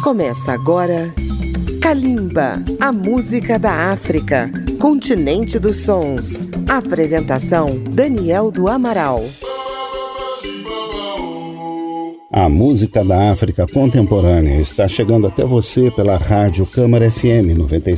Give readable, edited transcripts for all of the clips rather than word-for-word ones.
Começa agora Kalimba, a música da África, continente dos sons. Apresentação Daniel do Amaral. A música da África contemporânea está chegando até você pela Rádio Câmara FM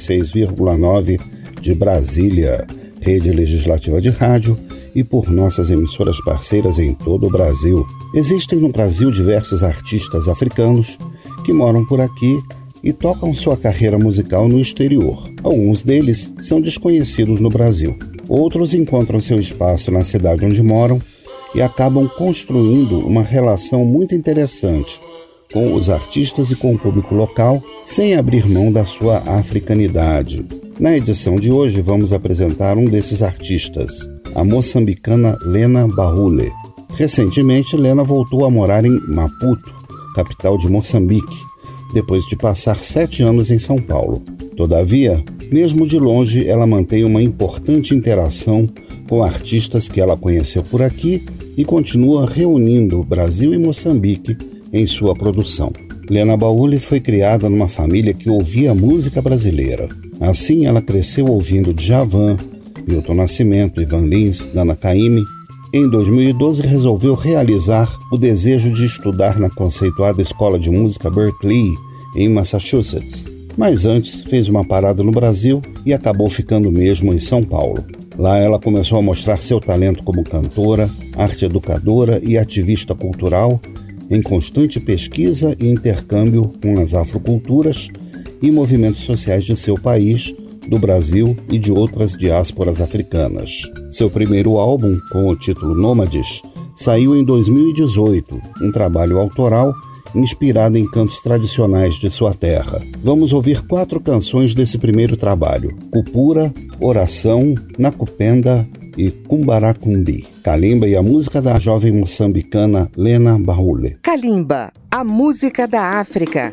96,9 de Brasília, rede legislativa de rádio, e por nossas emissoras parceiras em todo o Brasil. Existem no Brasil diversos artistas africanos que moram por aqui e tocam sua carreira musical no exterior. Alguns deles são desconhecidos no Brasil. Outros encontram seu espaço na cidade onde moram e acabam construindo uma relação muito interessante com os artistas e com o público local, sem abrir mão da sua africanidade. Na edição de hoje vamos apresentar um desses artistas, a moçambicana Lena Bahule. Recentemente, Lena voltou a morar em Maputo, capital de Moçambique, depois de passar 7 anos em São Paulo. Todavia, mesmo de longe, ela mantém uma importante interação com artistas que ela conheceu por aqui e continua reunindo Brasil e Moçambique em sua produção. Lena Bahule foi criada numa família que ouvia música brasileira. Assim, ela cresceu ouvindo Djavan, Milton Nascimento, Ivan Lins, Nana Caymmi. Em 2012, resolveu realizar o desejo de estudar na conceituada Escola de Música Berklee, em Massachusetts. Mas antes, fez uma parada no Brasil e acabou ficando mesmo em São Paulo. Lá ela começou a mostrar seu talento como cantora, arte educadora e ativista cultural, em constante pesquisa e intercâmbio com as afroculturas e movimentos sociais de seu país, do Brasil e de outras diásporas africanas. Seu primeiro álbum, com o título Nômades, saiu em 2018, um trabalho autoral inspirado em cantos tradicionais de sua terra. Vamos ouvir 4 canções desse primeiro trabalho: Cupura, Oração, Nakupenda e Kumbaracumbi. Kalimba e a música da jovem moçambicana Lena Bahule. Kalimba, a música da África.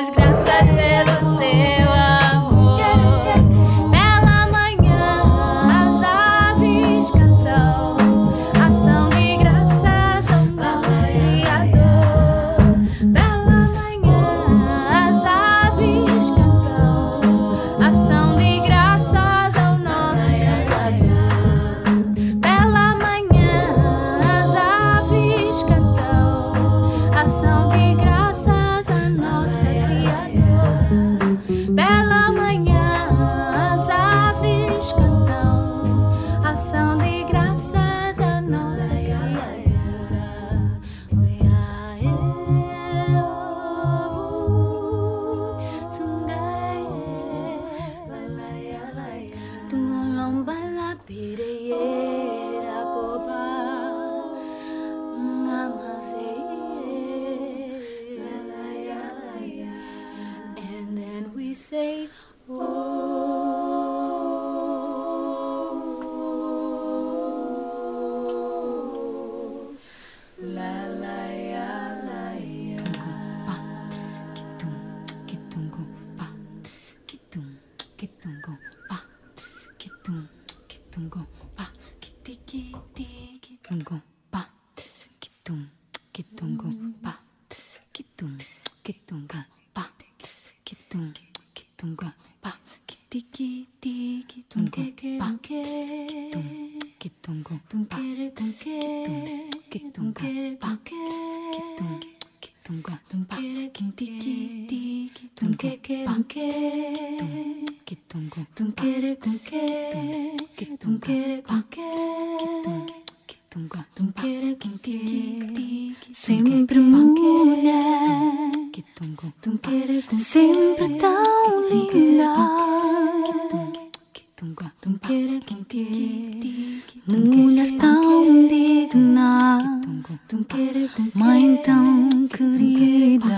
graças pelo seu amor. Pela manhã as aves cantam, ação de graças ao nosso Criador. Pela manhã as aves cantam, ação de graças ao nosso Criador. Pela manhã as aves cantam, ação de graças a nossa Criador. Pela manhã as aves cantam, ação de graças a nossa Criadora. And then we say, oh, la la ya la ya. Sempre mulher, sempre tão linda, mulher tão digna, mãe tão querida,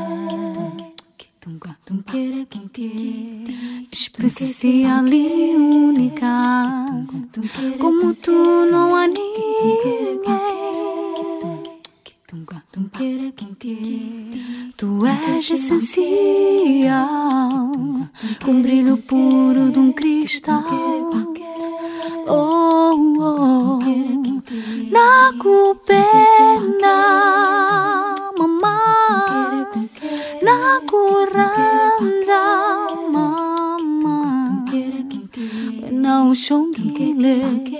especial e única, como tu não há ninguém. Tu és essencial, com brilho puro de um cristal. Oh, oh, na cupena, mamã, na corranza, mamã, não chonguile,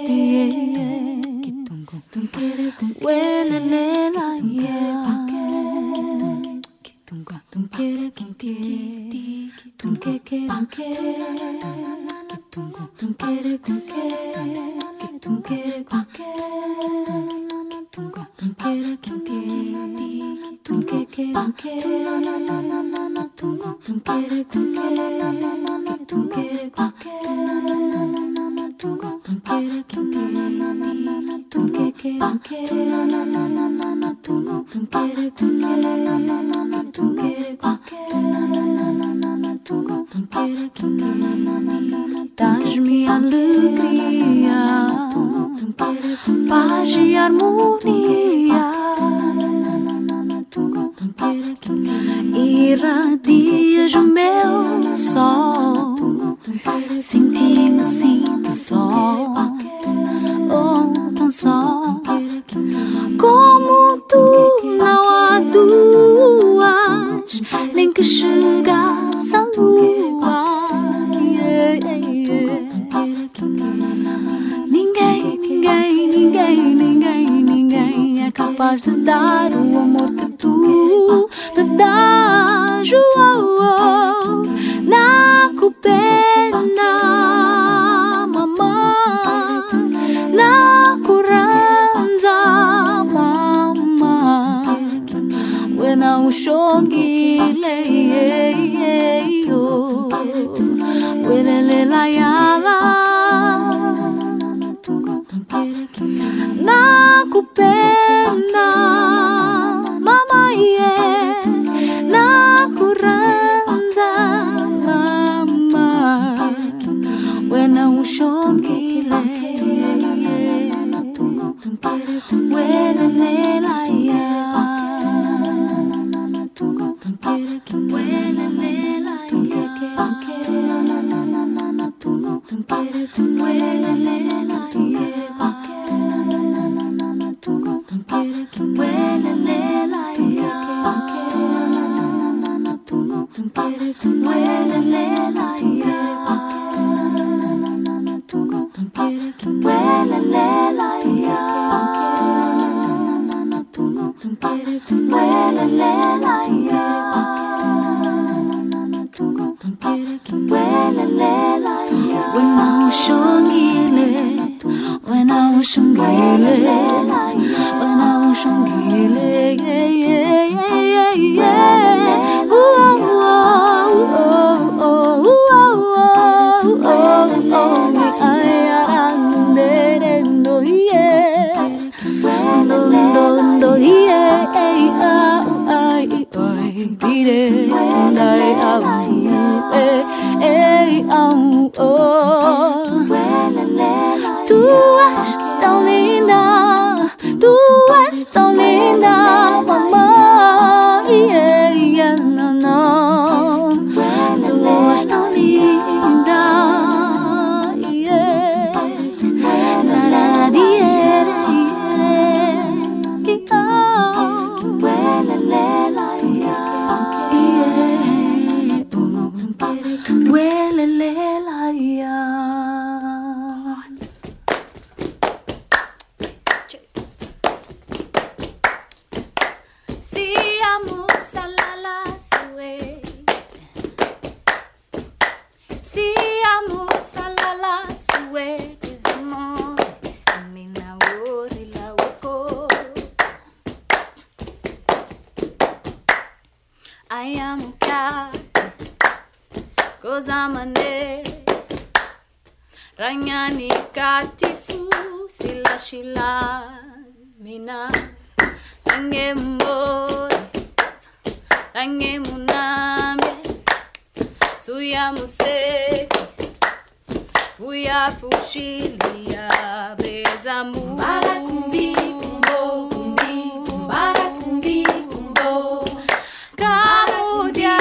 welelela, yeah. Dás-me alegria, paz e harmonia, irradias o meu sol, sem ti me sinto só, oh, tão só, como tu não há duas, nem que chegasse a lua. Ninguém é capaz de dar o amor que tu me dás. Oh, oh, na cupena, mamã, na corranza, mamã, wena ushongile, welela yala. Na cupena, mamãe, na corranza, mamãe, wena ushongile, welela ya, wena Ranyani katifu sila shila mina range mbori range muname suya museki fuya fushilia bezamu Barakumbi kumbo kumbi barakumbi kumbo kamudia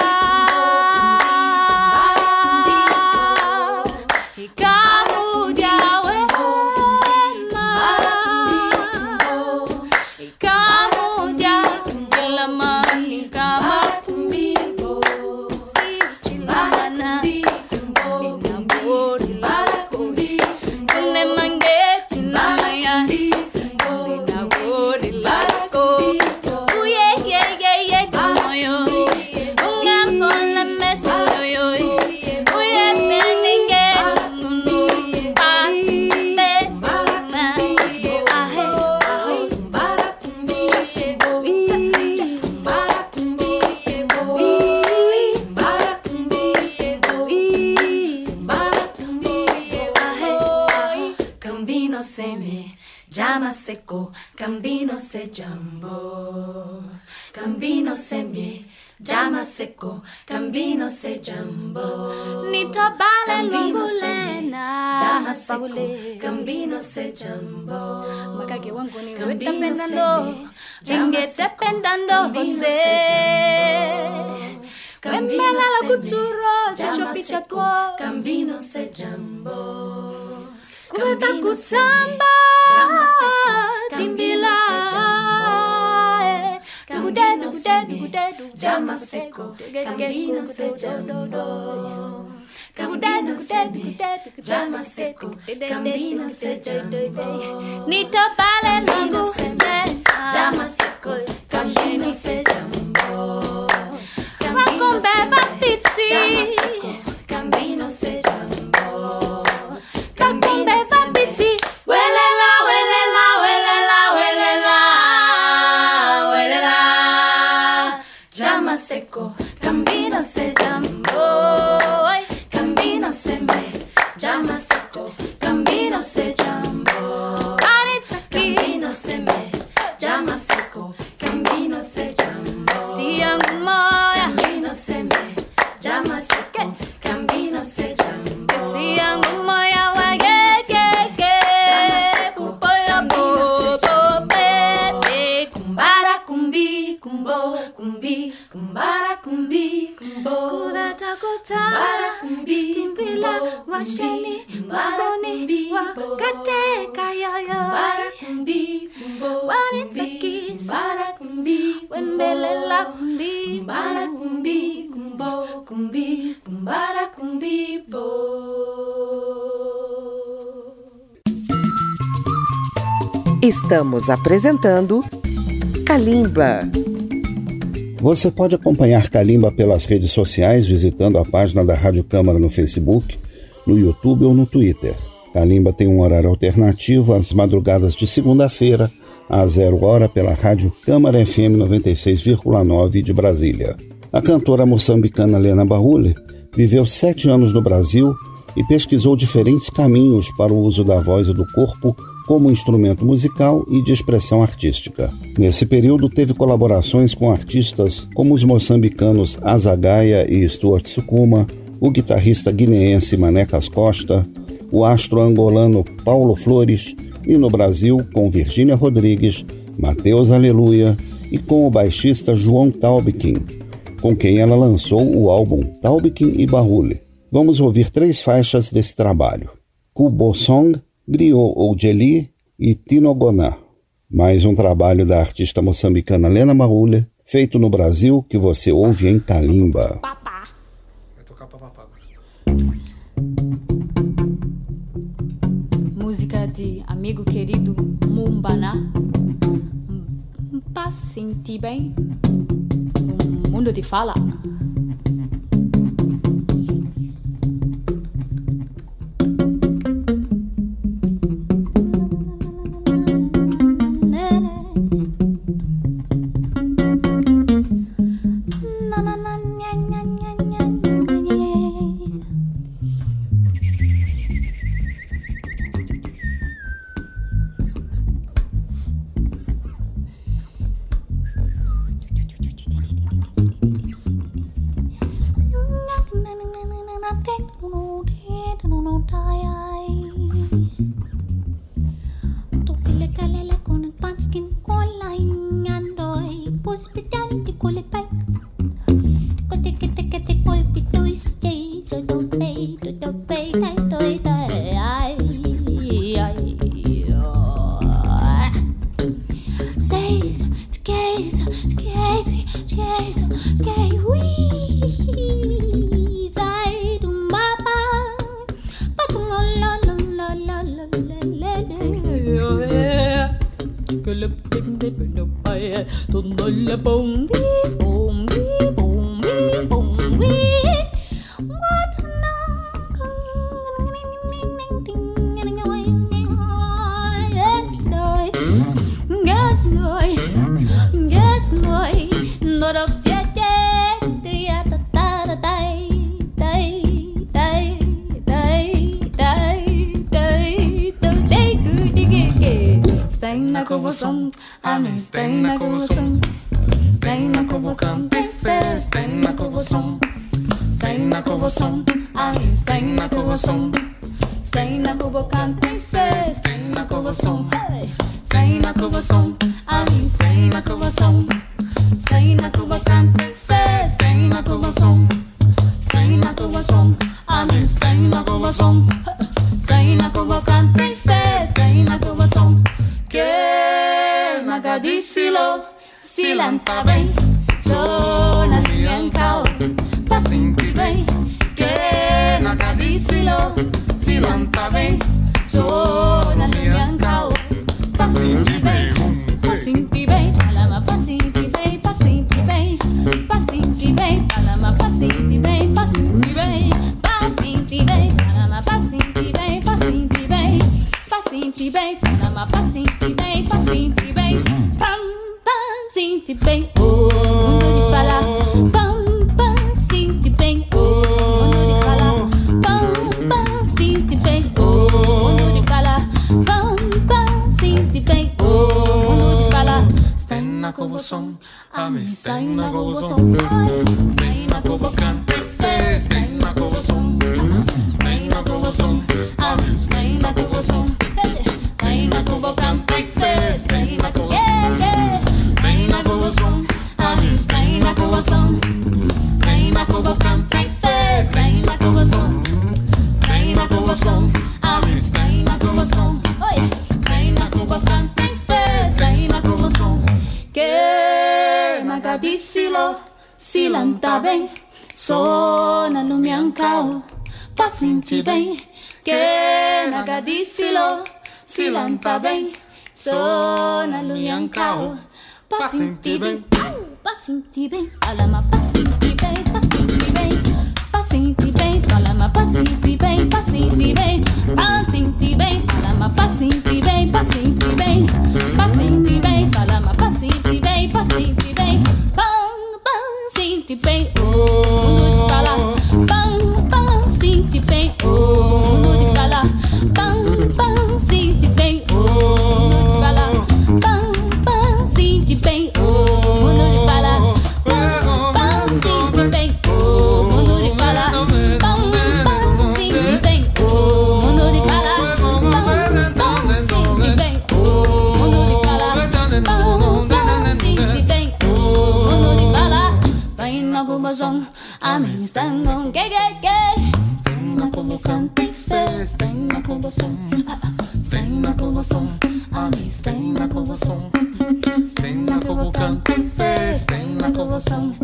Seco, Cambino se jambo, Cambino se mi, llama seco, Cambino se jambo. Nitobale lungulena, llama seco, Cambino se jambo. Makake wangu ni wewe pendando, jinge pendando hote. Cambino la kuturo, chicho picha tuo, Cambino se jambo. Kubeta kusamba. Timbila llama seco, Cambino se jambo. Cambino se mi, llama seco, Cambino se jambo. Nitobale Cambino se mi, llama seco, Cambino se jambo. Cambino se mi, llama seco, Cambino se jambo. Cambino se mi. Llama seco, Cambino se jambo. Cambino se me, llama seco, Cambino se jambo. Cambino se me, llama seco, Cambino se jambo. Cambino se me, llama seco, Cambino se jambo. Kumbi, kumbara kumbi, kumbo. Kubeta kutara, timbila, washeni, waboni, wakate kayoyo. Kumbi, kumbo, Wanitsa kiss, cumbi, wembelela cumbi, kumbara cumbi, kumbo cumbi, kumbara cumbi, bo. Estamos apresentando Kalimba. Você pode acompanhar Kalimba pelas redes sociais visitando a página da Rádio Câmara no Facebook, no YouTube ou no Twitter. Kalimba tem um horário alternativo às madrugadas de segunda-feira, às 00h, pela Rádio Câmara FM 96,9 de Brasília. A cantora moçambicana Lena Bahule viveu 7 anos no Brasil e pesquisou diferentes caminhos para o uso da voz e do corpo como instrumento musical e de expressão artística. Nesse período, teve colaborações com artistas como os moçambicanos Azagaia e Stuart Sukuma, o guitarrista guineense Manecas Costa, o astro angolano Paulo Flores e no Brasil com Virgínia Rodrigues, Mateus Aleluia e com o baixista João Taubkin, com quem ela lançou o álbum Taubkin e Bahule. Vamos ouvir 3 faixas desse trabalho: Kubo Song, Griot ou Jeli e Tinogoná. Mais um trabalho da artista moçambicana Lena Bahule, feito no Brasil, que você ouve em Kalimba. Papá. Vai tocar pra papá agora. Música de amigo querido Mumbana. Pra sentir bem no mundo de fala. Que silanta bem, sona no miancao, pa sentir bem, que nagadicilo, silanta bem, sona no miancao, pa sentir bem, alama pa sentir bem, pa sentir bem, pa sentir bem, alama pa sentir bem, pa sentir bem, pa sentir bem, alama pa sentir bem, pa sentir bem, pa sentir bem, alama pa sentir bem, pa sentir bem, sinti bem, oh, mundo de falar, bam, bam, sinti bem, oh, mundo de falar, bam, bam, sinti bem, oh, mundo de falar, bam, bam, sinti bem, oh, mundo de falar, bam, bam, sinti bem, oh, mundo de falar, bam, bam, sinti bem, oh, mundo de falar, bam, bam, sinti bem, oh, mundo de falar, bam, bam, sinti bem, oh, mundo de falar. Staina kubasong, amin stangong gay. Staina kubukante fe, staina kubasong, staina kubasong, amin staina kubasong, staina kubukante fe, staina kubasong.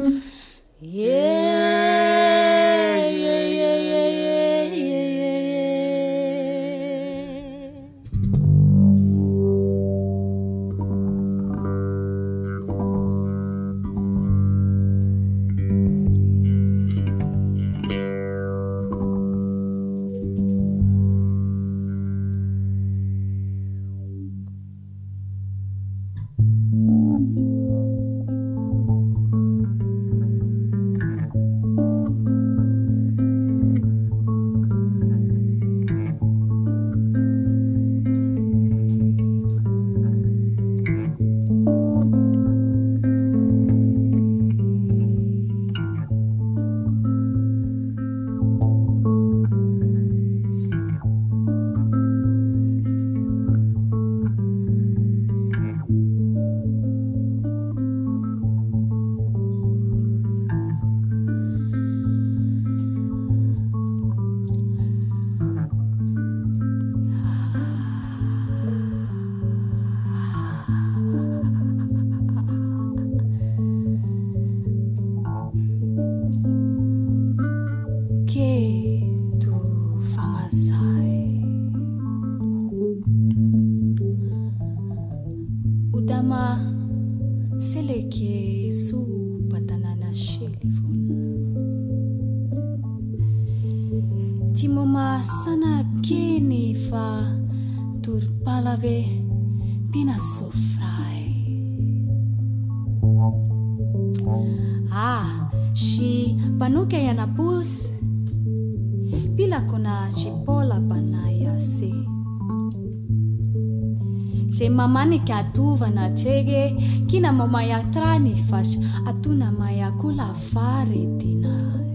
Mamani que atuva na chege, que na mamãe trani faz, atuna maia kula faretina.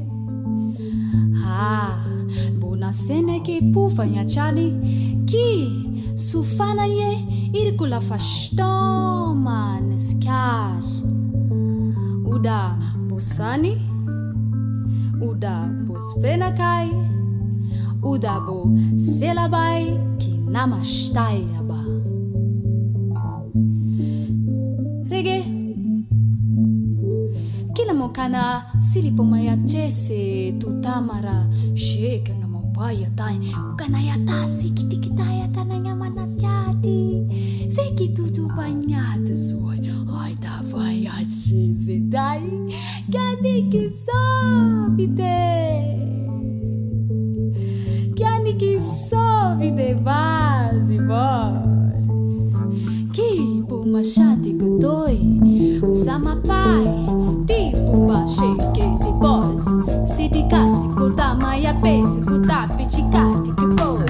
Bona sene que pufa nha chani, que sufana ye irkula fastoma neskar. Uda bosani, uda bosvenakai, uda bo selabai, que namastai aba. Kila mokana silipo mayachese tutamara sheke na mopaya tai kanayata sikitikitaya kananya manachati sekitutu banyata soy ai ta vai achese dai kani ki sovide vazi bor ki machati gotoi usama pai tipo shake de boss sidicati kuta maya pesi kuta pichicati que boy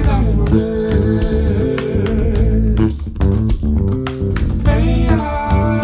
Hey,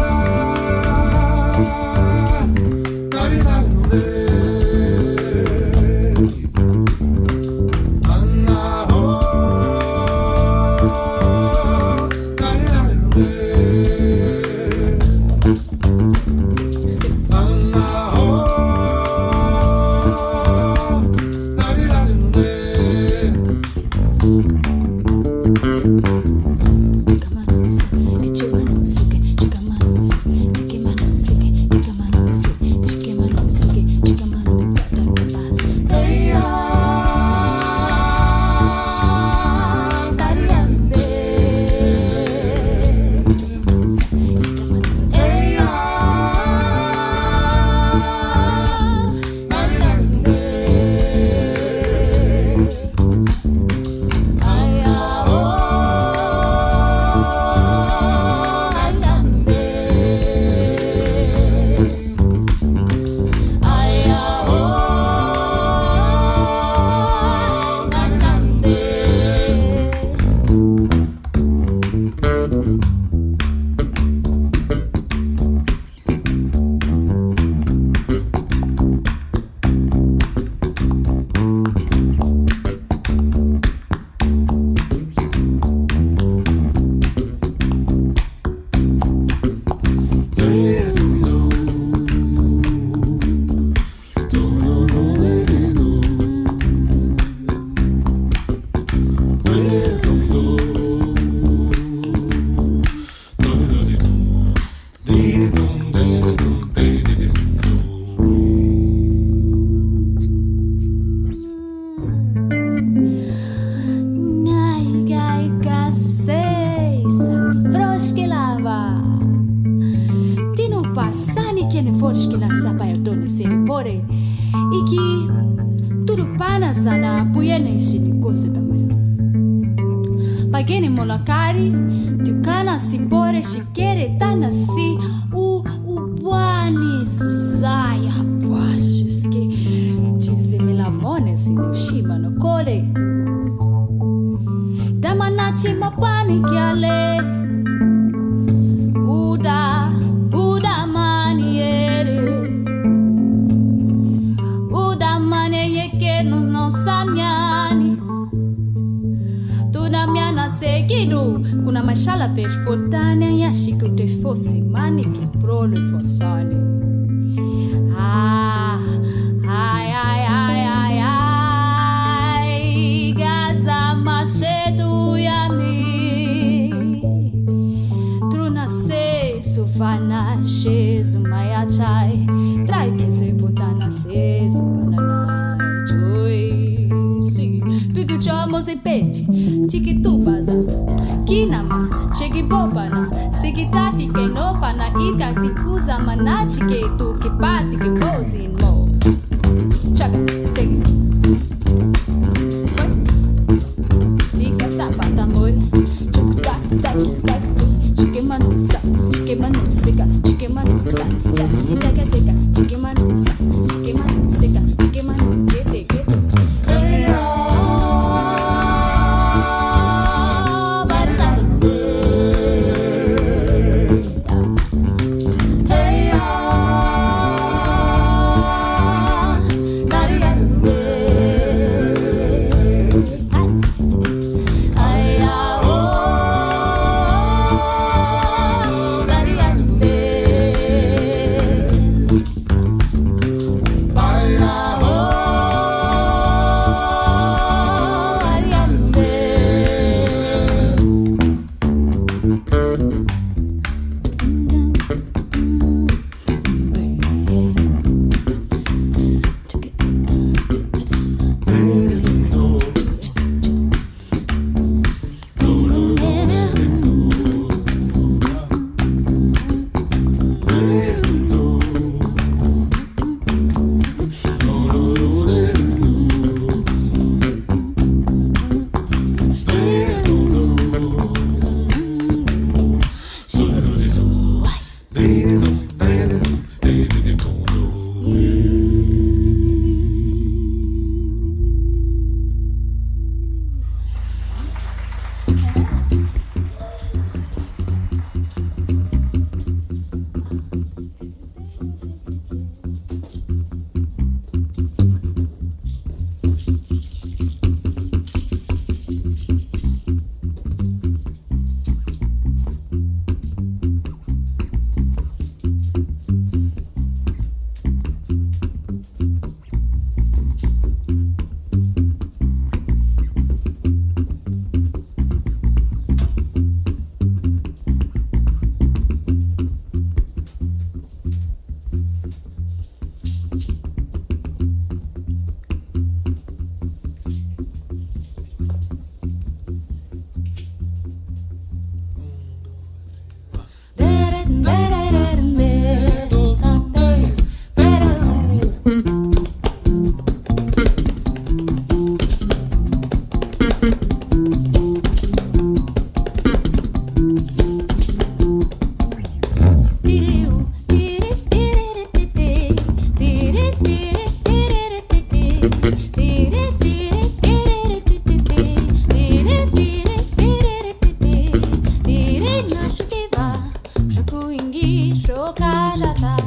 shokajata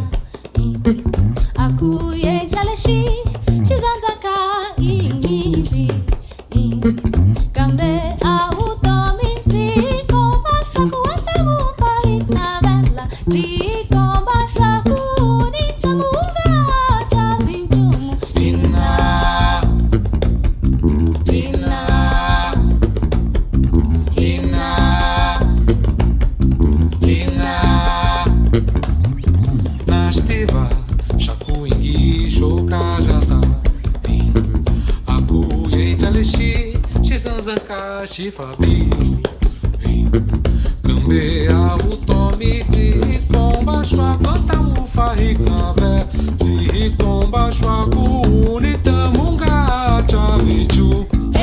akuye jaleshi shizanzaka ibi kambe automi zikomba shaku atamu paina bella zikomba shaku nitamu vata vintumu ina Nastiva shakuingi shokajata akuye jaleshi shizanzaka shifabi kambe automi zikomba shaku tamu fahikna ve zikomba shaku nitamunga chavichu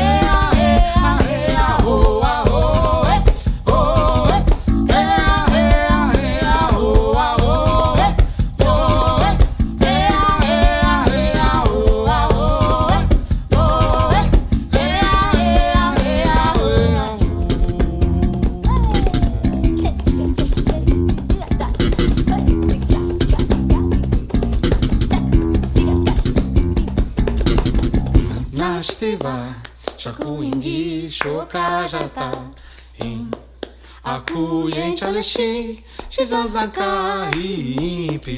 shakuingi shokajata akuye jaleshi shizanzaka ibi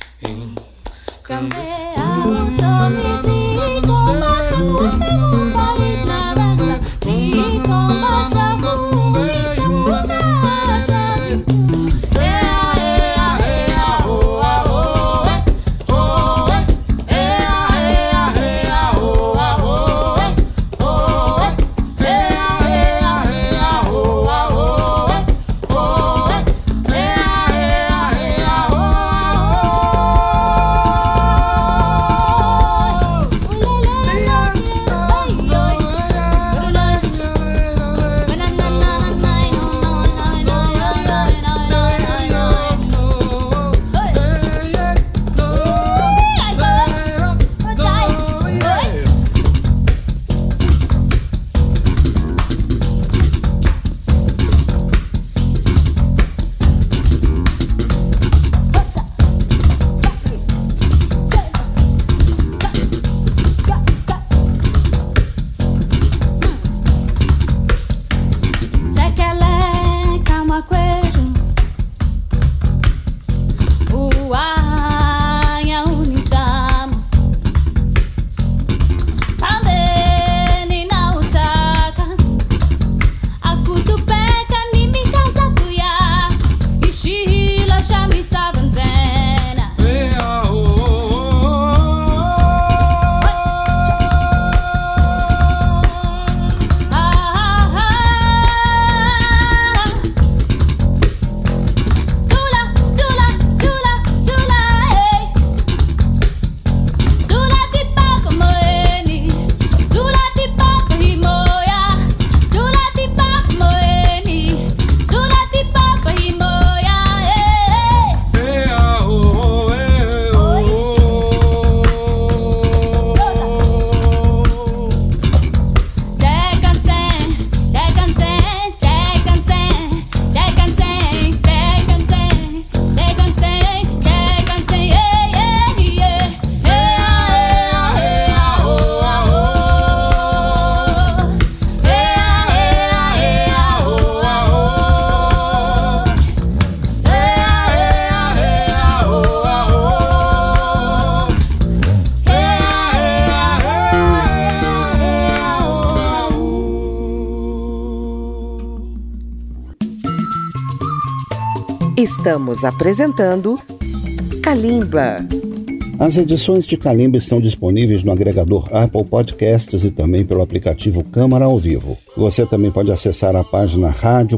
kambe automi zikomba shaku tamu fahikna bella zikomba shaku nitamunga chavichu Estamos apresentando Kalimba. As edições de Kalimba estão disponíveis no agregador Apple Podcasts e também pelo aplicativo Câmara ao Vivo. Você também pode acessar a página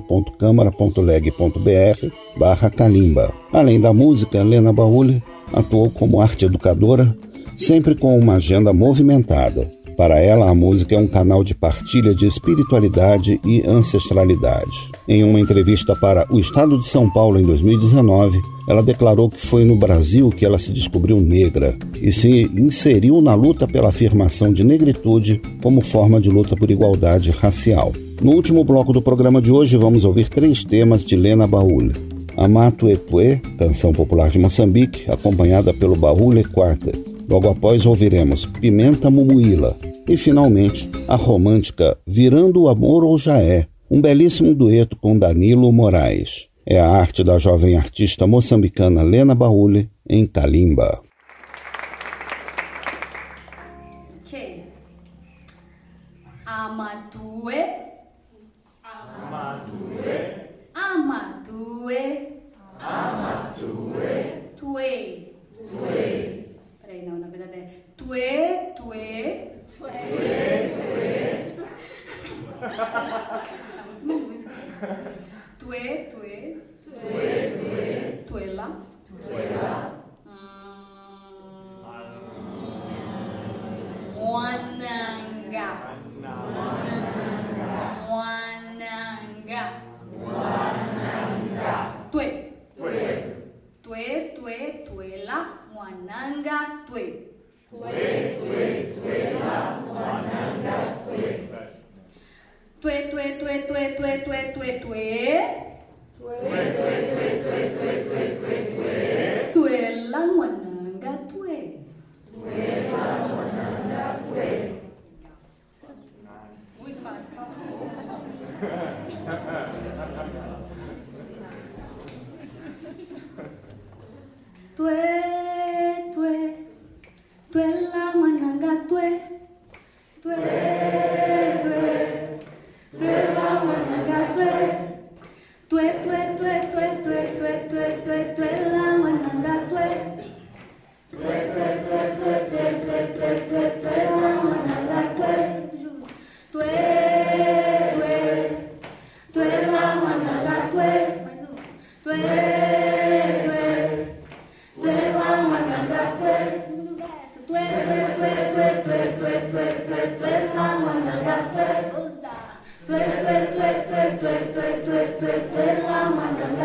radio.câmara.leg.br/Kalimba. Além da música, Lena Baúli atuou como arte educadora, sempre com uma agenda movimentada. Para ela, a música é um canal de partilha de espiritualidade e ancestralidade. Em uma entrevista para o Estado de São Paulo em 2019, ela declarou que foi no Brasil que ela se descobriu negra e se inseriu na luta pela afirmação de negritude como forma de luta por igualdade racial. No último bloco do programa de hoje, vamos ouvir 3 temas de Lena Baúli. Amatuepue, canção popular de Moçambique, acompanhada pelo Bahule Quartet. Logo após ouviremos Pimenta Mumuíla e, finalmente, a romântica Virando o Amor ou Já É, um belíssimo dueto com Danilo Moraes. É a arte da jovem artista moçambicana Lena Bahule em Kalimba. Okay. Amatue. Tue. Peraí, não, na verdade é tue. Tá muito uma música. Tue. Tuela. Wananga. Tuela, Wananga, tue. Tuela, Wananga, tue. Tue. Tuela, Wananga, tue. Muito fácil. Tuela mananga tuela mananga tuela mananga tuela mananga tuela mananga mais um tuela mananga tuela mananga usa tuela mananga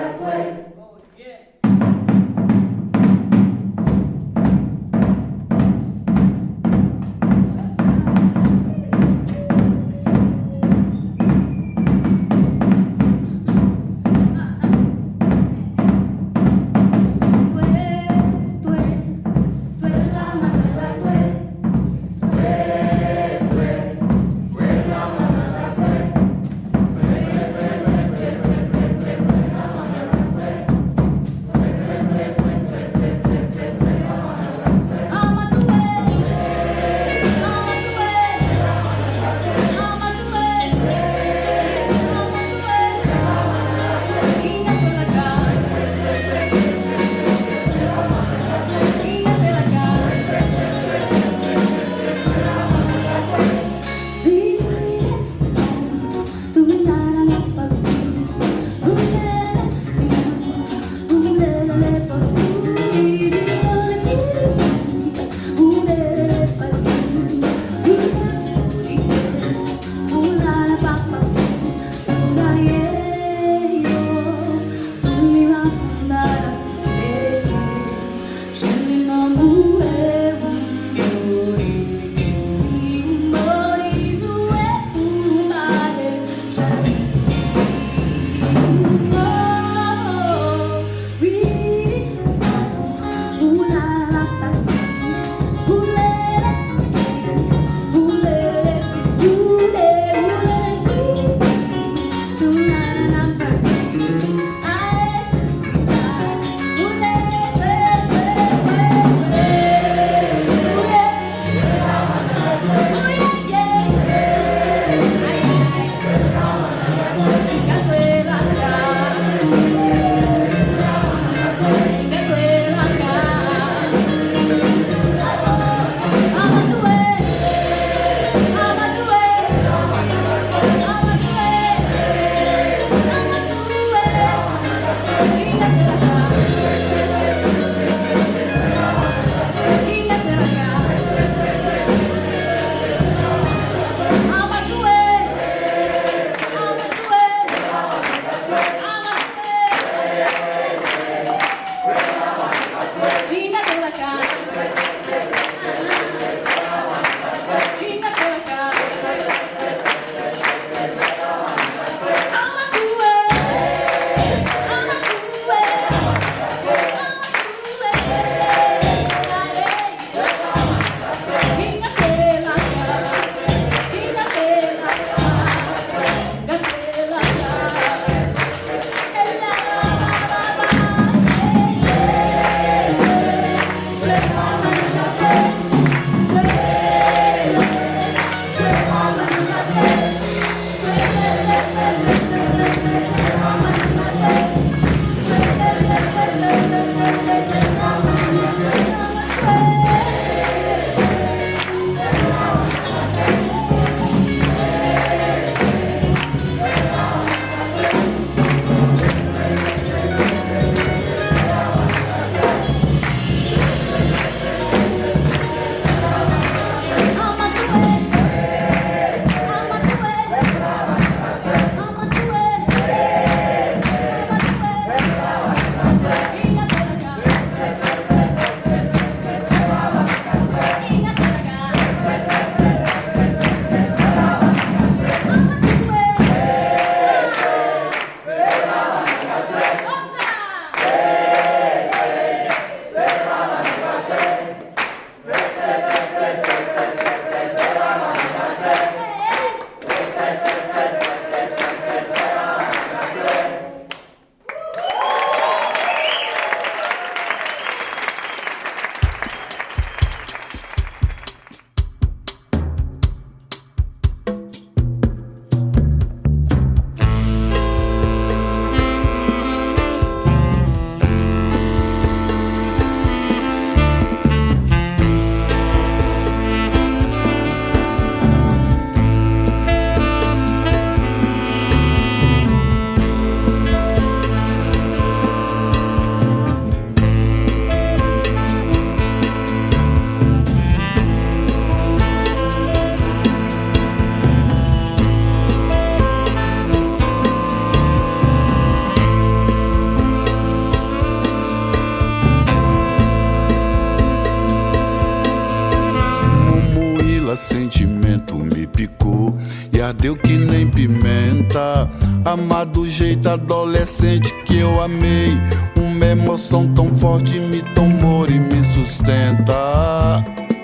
amar do jeito adolescente que eu amei. Uma emoção tão forte me tomou e me sustenta.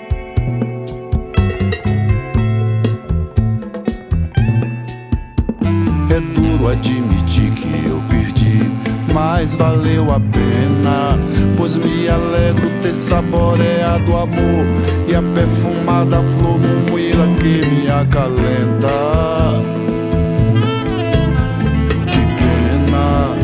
É duro admitir que eu perdi, mas valeu a pena, pois me alegro ter saboreado amor e a perfumada flor mumuíla que me acalenta. Que pena,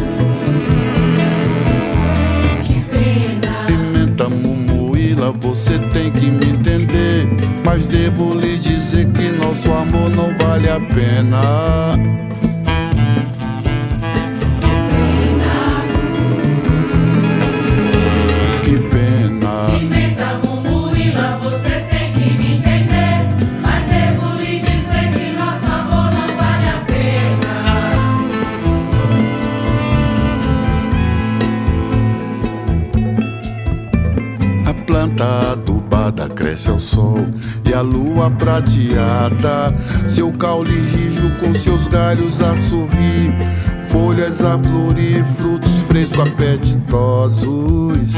que pena. Pimenta mumuíla, você tem que me entender, mas devo lhe dizer que nosso amor não vale a pena. Planta adubada cresce ao sol e a lua prateada, seu caule rijo com seus galhos a sorrir, folhas a florir, frutos frescos apetitosos.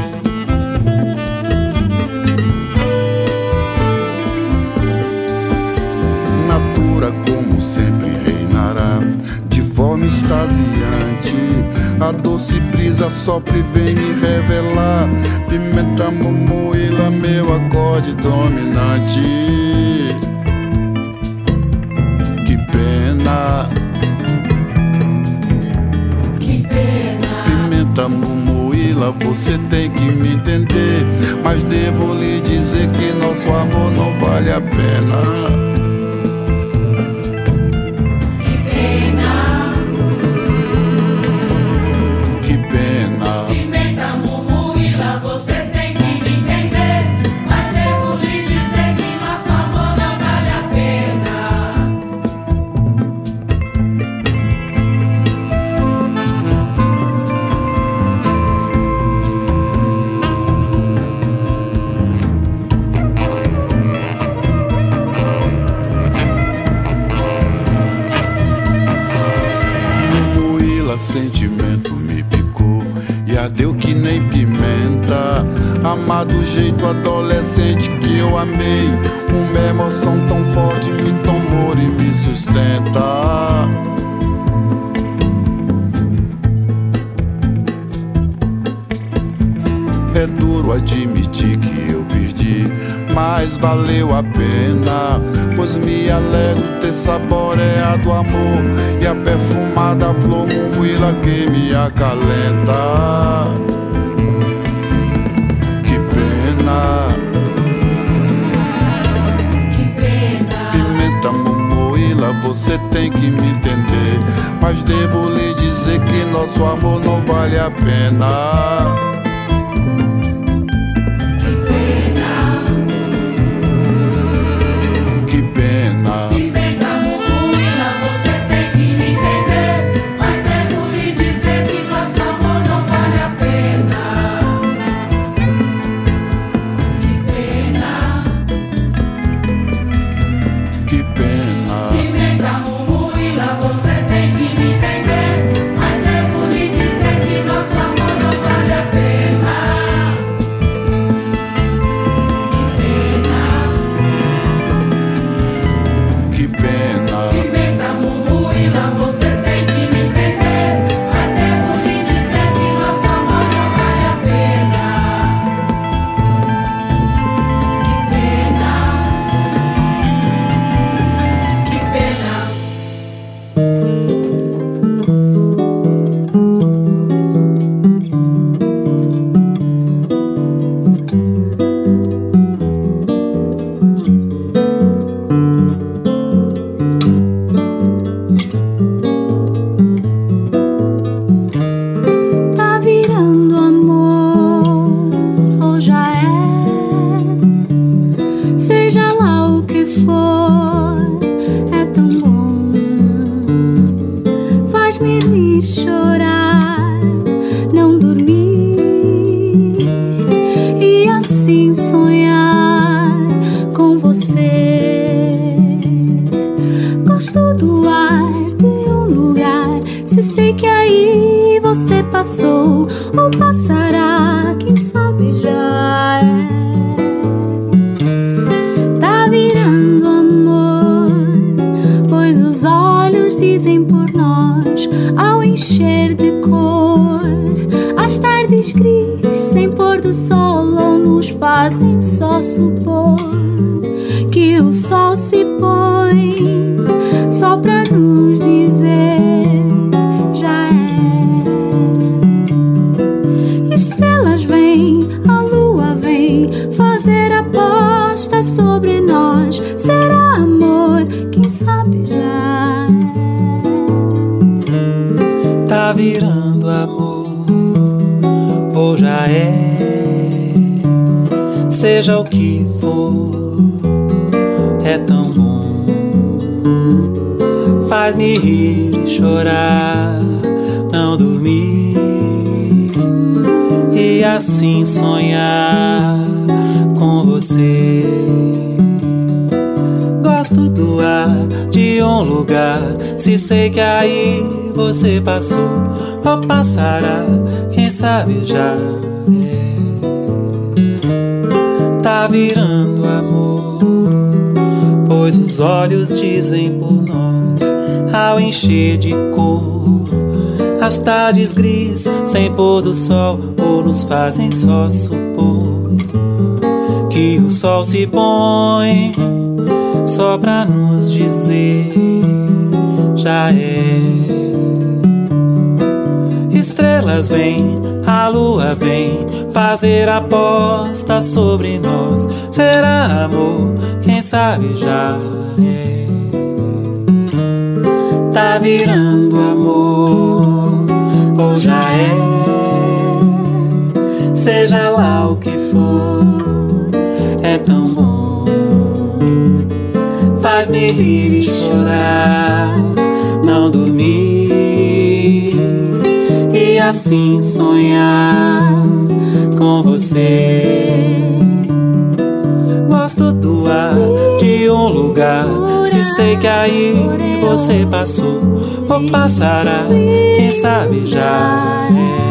Natura como sempre reinará, de forma extasiante, a doce brisa sopra e vem me revelar. Pimenta mumuíla, meu acorde dominante. Que pena, que pena. Pimenta mumuíla, você tem que me entender, mas devo lhe dizer que nosso amor não vale a pena. Sentimento me picou e ardeu que nem pimenta. Amar do jeito adolescente que eu amei, uma emoção tão forte me tomou e me sustenta. É duro admitir que eu perdi, mas valeu a pena, pois me alegro ter saboreado amor e a perfumada flor mumuíla que me acalenta. Que pena, que pena. Pimenta mumuíla, você tem que me entender, mas devo lhe dizer que nosso amor não vale a pena. Você tem que me entender, mas devo lhe dizer que nosso amor não vale a pena. passou ou passará, quem sabe já é. Tá virando amor, pois os olhos dizem por nós, ao encher de cor as tardes gris, sem pôr do sol, ou nos fazem só supor que o sol se põe só pra nos dizer já é. Estrelas vêm, a lua vem fazer aposta sobre nós. Será amor, quem sabe já é. Tá virando amor, ou já é. Seja o que for, é tão bom. Faz-me rir e chorar, não dormir e assim sonhar com você. Gosto do ar de um lugar, se sei que aí você passou ou passará, quem sabe já é. Tá virando amor, pois os olhos dizem por nós, ao encher de cor as tardes gris, sem pôr do sol, ou nos fazem só supor que o sol se põe só pra nos dizer já é. Estrelas vêm, a lua vem fazer aposta sobre nós. Será amor, quem sabe já é. Tá virando amor, ou já é. Seja lá o que for, é tão bom. Faz-me rir e chorar, não dormir e assim sonhar com você. Gosto do ar de um lugar, se sei que aí você passou ou passará, quem sabe já é.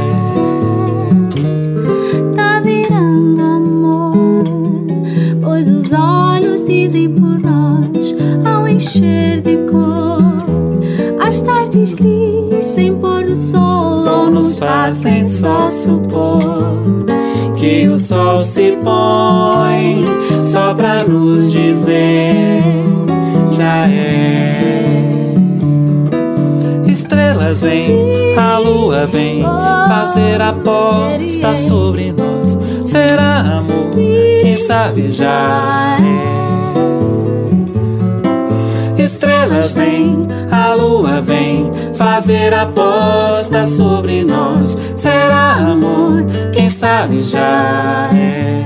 Tá virando amor, pois os olhos dizem por nós, ao encher de cor as tardes gris, sem pôr do sol, ou nos fazem só supor que o sol se põe só pra nos dizer já é. Estrelas vêm, a lua vem fazer aposta sobre nós. Será amor, quem sabe já é. Estrelas vêm, a lua vem fazer aposta sobre nós. Será amor, quem sabe já é.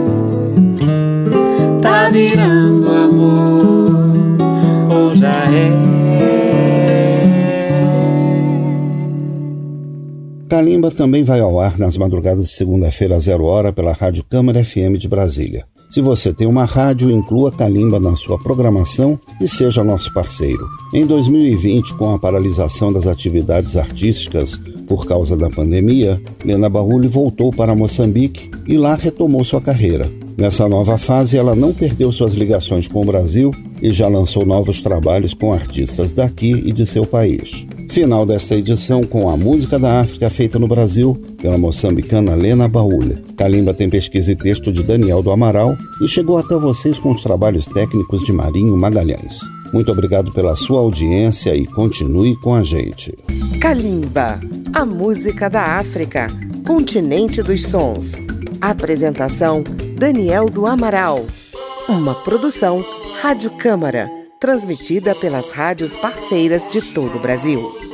Tá virando amor, ou já é. Kalimba também vai ao ar nas madrugadas de segunda-feira às 00h pela Rádio Câmara FM de Brasília. Se você tem uma rádio, inclua Kalimba na sua programação e seja nosso parceiro. Em 2020, com a paralisação das atividades artísticas por causa da pandemia, Lena Baúli voltou para Moçambique e lá retomou sua carreira. Nessa nova fase, ela não perdeu suas ligações com o Brasil e já lançou novos trabalhos com artistas daqui e de seu país. Final desta edição com a música da África feita no Brasil pela moçambicana Lena Baúli. Kalimba tem pesquisa e texto de Daniel do Amaral e chegou até vocês com os trabalhos técnicos de Marinho Magalhães. Muito obrigado pela sua audiência e continue com a gente. Kalimba, a música da África, continente dos sons. Apresentação Daniel do Amaral. Uma produção Rádio Câmara, transmitida pelas rádios parceiras de todo o Brasil.